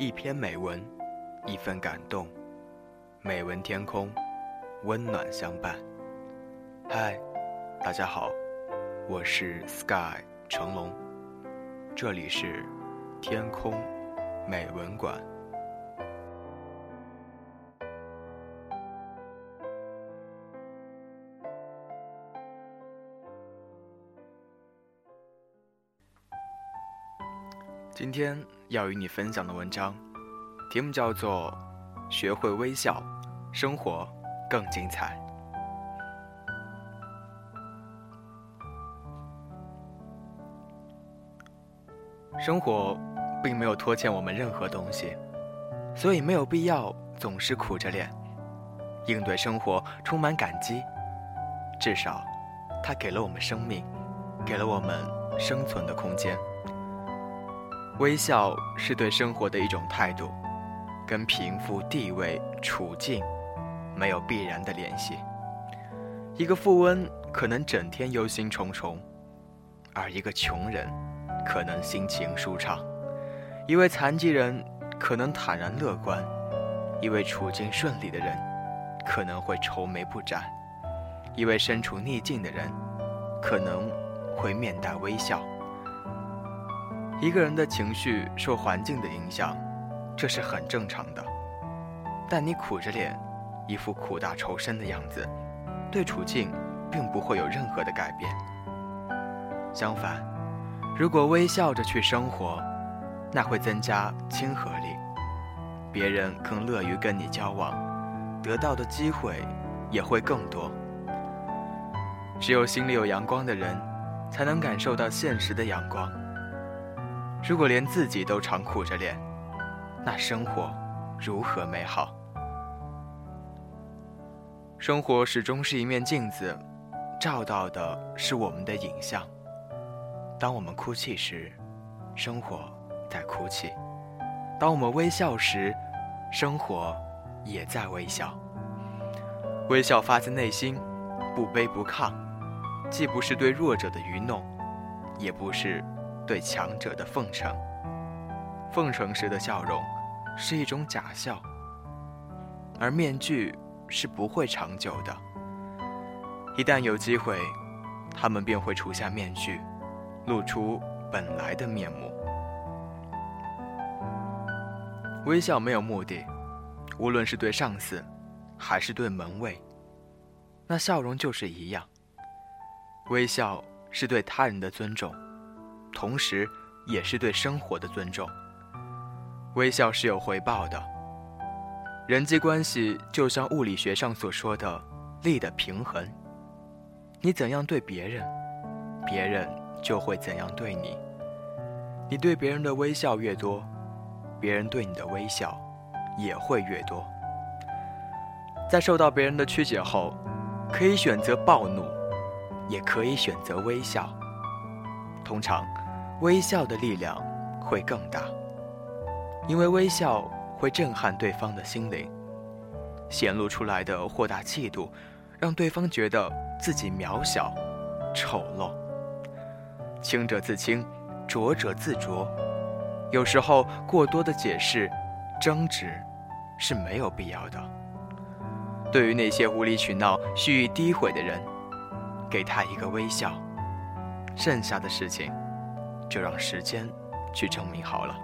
一篇美文，一份感动，美文天空，温暖相伴。嗨，大家好，我是 Sky 成龙，这里是天空美文馆。今天要与你分享的文章题目叫做学会微笑，生活更精彩。生活并没有拖欠我们任何东西，所以没有必要总是苦着脸。应对生活充满感激，至少它给了我们生命，给了我们生存的空间。微笑是对生活的一种态度，跟贫富、地位、处境没有必然的联系。一个富翁可能整天忧心忡忡，而一个穷人可能心情舒畅。一位残疾人可能坦然乐观，一位处境顺利的人可能会愁眉不展，一位身处逆境的人可能会面带微笑。一个人的情绪受环境的影响，这是很正常的。但你苦着脸，一副苦大仇深的样子，对处境并不会有任何的改变。相反，如果微笑着去生活，那会增加亲和力，别人更乐于跟你交往，得到的机会也会更多。只有心里有阳光的人，才能感受到现实的阳光。如果连自己都常苦着脸，那生活如何美好？生活始终是一面镜子，照到的是我们的影像。当我们哭泣时，生活在哭泣；当我们微笑时，生活也在微笑。微笑发自内心，不卑不亢，既不是对弱者的愚弄，也不是对强者的奉承。奉承时的笑容是一种假笑，而面具是不会长久的。一旦有机会，他们便会除下面具，露出本来的面目。微笑没有目的，无论是对上司还是对门卫，那笑容就是一样。微笑是对他人的尊重，同时也是对生活的尊重。微笑是有回报的。人际关系就像物理学上所说的力的平衡，你怎样对别人，别人就会怎样对你。你对别人的微笑越多，别人对你的微笑也会越多。在受到别人的曲解后，可以选择暴怒，也可以选择微笑。通常微笑的力量会更大，因为微笑会震撼对方的心灵，显露出来的豁达气度让对方觉得自己渺小丑陋。清者自清，浊者自浊，有时候过多的解释争执是没有必要的。对于那些无理取闹蓄意诋毁的人，给他一个微笑，剩下的事情就让时间去证明好了。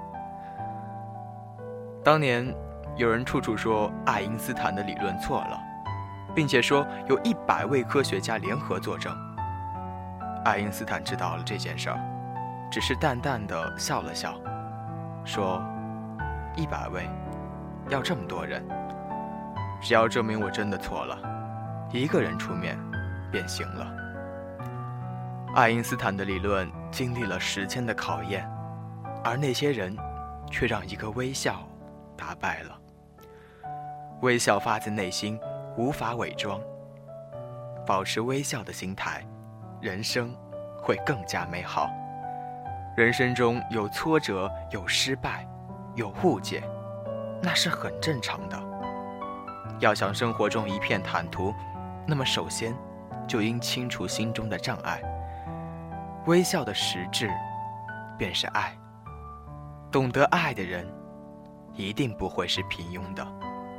当年有人处处说爱因斯坦的理论错了，并且说有100位科学家联合作证。爱因斯坦知道了这件事儿，只是淡淡地笑了笑，说100位要这么多人，只要证明我真的错了，一个人出面便行了。爱因斯坦的理论经历了时间的考验，而那些人却让一个微笑打败了。微笑发自内心，无法伪装。保持微笑的心态，人生会更加美好。人生中有挫折，有失败，有误解，那是很正常的。要想生活中一片坦途，那么首先就应清除心中的障碍。微笑的实质便是爱，懂得爱的人一定不会是平庸的。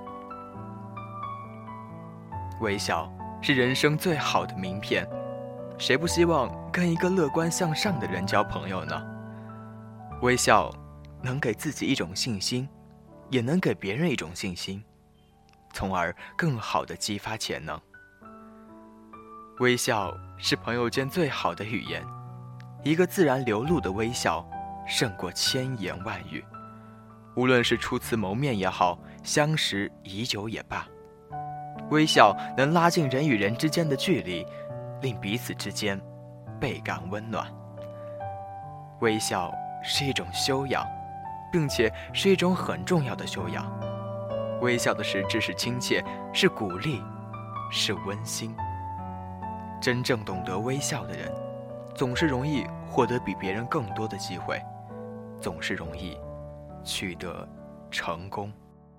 微笑是人生最好的名片，谁不希望跟一个乐观向上的人交朋友呢？微笑能给自己一种信心，也能给别人一种信心，从而更好地激发潜能。微笑是朋友间最好的语言，一个自然流露的微笑胜过千言万语。无论是初次谋面也好，相识已久也罢，微笑能拉近人与人之间的距离，令彼此之间倍感温暖。微笑是一种修养，并且是一种很重要的修养。微笑的实质是亲切，是鼓励，是温馨。真正懂得微笑的人，总是容易获得比别人更多的机会，总是容易取得成功。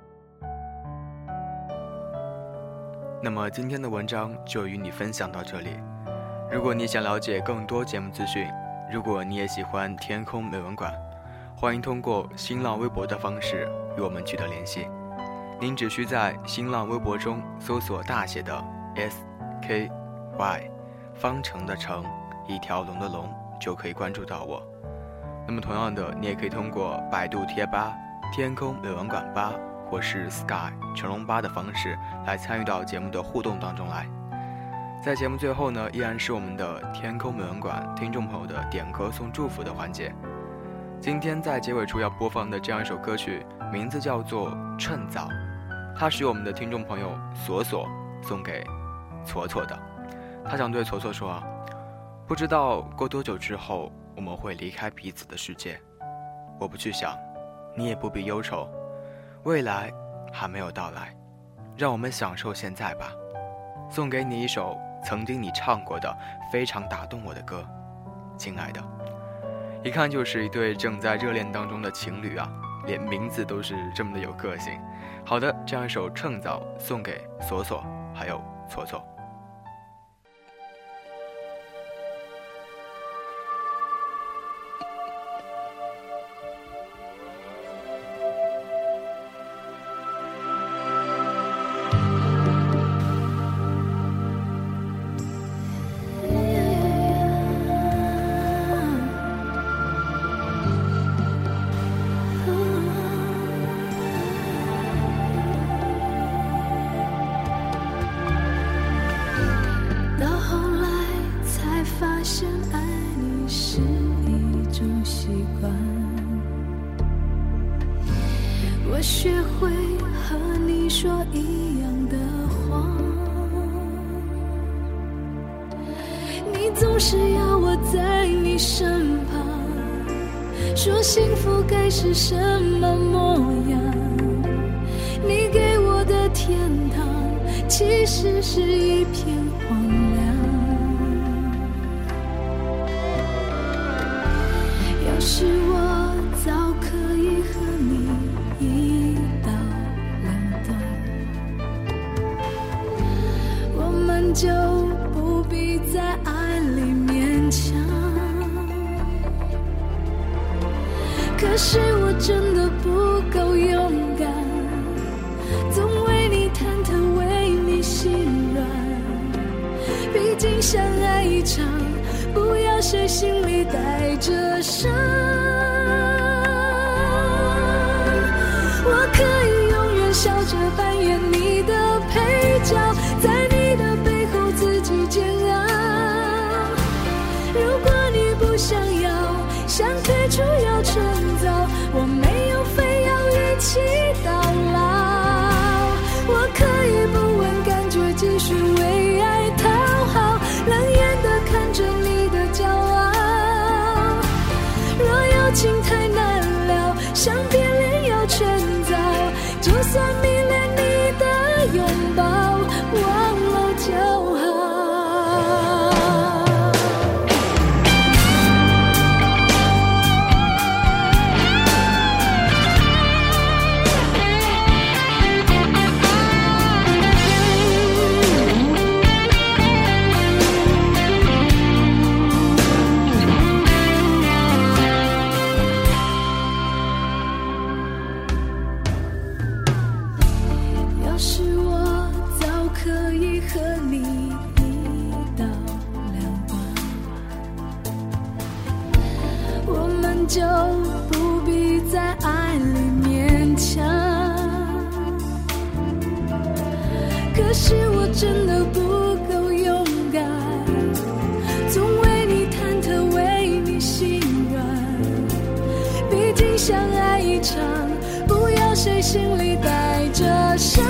那么今天的文章就与你分享到这里。如果你想了解更多节目资讯，如果你也喜欢天空美文馆，欢迎通过新浪微博的方式与我们取得联系。您只需在新浪微博中搜索大写的 SKY 方程的程，一条龙的龙，就可以关注到我。那么同样的，你也可以通过百度贴吧、天空美文馆吧或是 Sky 成龙吧的方式来参与到节目的互动当中来。在节目最后呢，依然是我们的天空美文馆听众朋友的点歌送祝福的环节。今天在结尾处要播放的这样一首歌曲，名字叫做《趁早》，它是由我们的听众朋友索索送给矬矬的。他想对矬矬说啊，不知道过多久之后我们会离开彼此的世界，我不去想，你也不必忧愁，未来还没有到来，让我们享受现在吧。送给你一首曾经你唱过的非常打动我的歌，亲爱的。一看就是一对正在热恋当中的情侣啊，连名字都是这么的有个性。好的，这样一首《趁早》送给索索还有矬矬。 我学会和你说一样的话，你总是要我在你身旁，说幸福该是什么模样。你给我的天堂其实是一片荒凉。要是我早可以和你一刀两断，我们就不必在爱里勉强。可是我真的不够勇敢，总为你忐忑，为你心软。毕竟相爱一场，不要谁心里带着伤。我可以永远笑着扮演你的配角，在你的背后自己煎熬。如果你不想要，想退出要趁早，我没有非要一起到老。我可以不问感觉，继续为爱讨好，冷眼地看着你的骄傲。若友情太难了，想别恋要趁早，就算迷恋你的拥抱，忘了就好。 就不必在爱里勉强。可是我真的不够勇敢，总为你忐忑，为你心软。毕竟相爱一场，不要谁心里带着伤。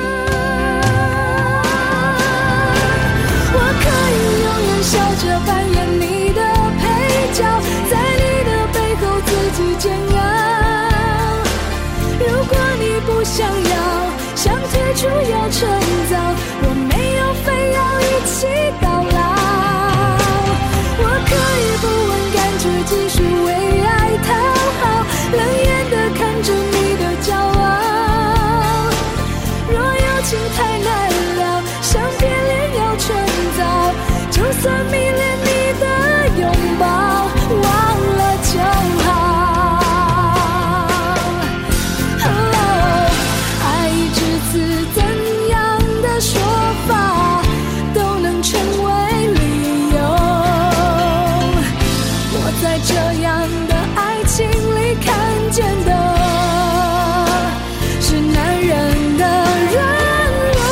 我可以永远笑着扮演你的配角，在你的背后自己煎熬。如果你不想要，想退出要趁早，我没有非要一起到老。我可以不问感觉，继续为爱讨好，冷眼地看着你的骄傲。若有情太难了，想别恋要趁早，就算迷恋你的拥抱，忘了就好。爱一至此怎样的说法都能成为理由，我在这样的爱情里看见的是男人的软弱。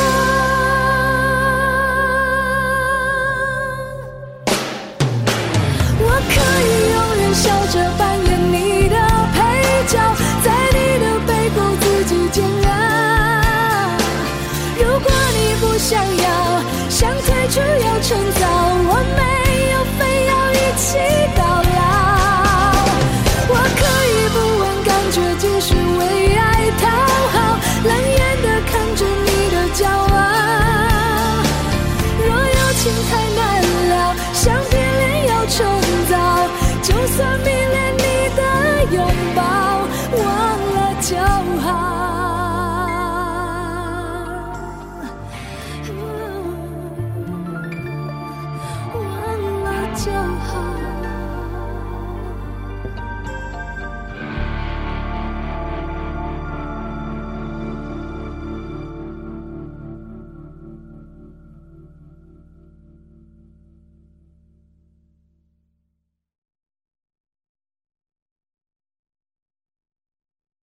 我可以永远笑着扮演你的配角，在你的背后自己煎熬。如果你不想要，想退出要趁早，我没有非要一起到老。我可以不问感觉，继续为爱讨好，冷眼地看着你的骄傲。若有情太难了，想别恋要趁早，就算迷恋你的拥抱，忘了就好。忘了就好。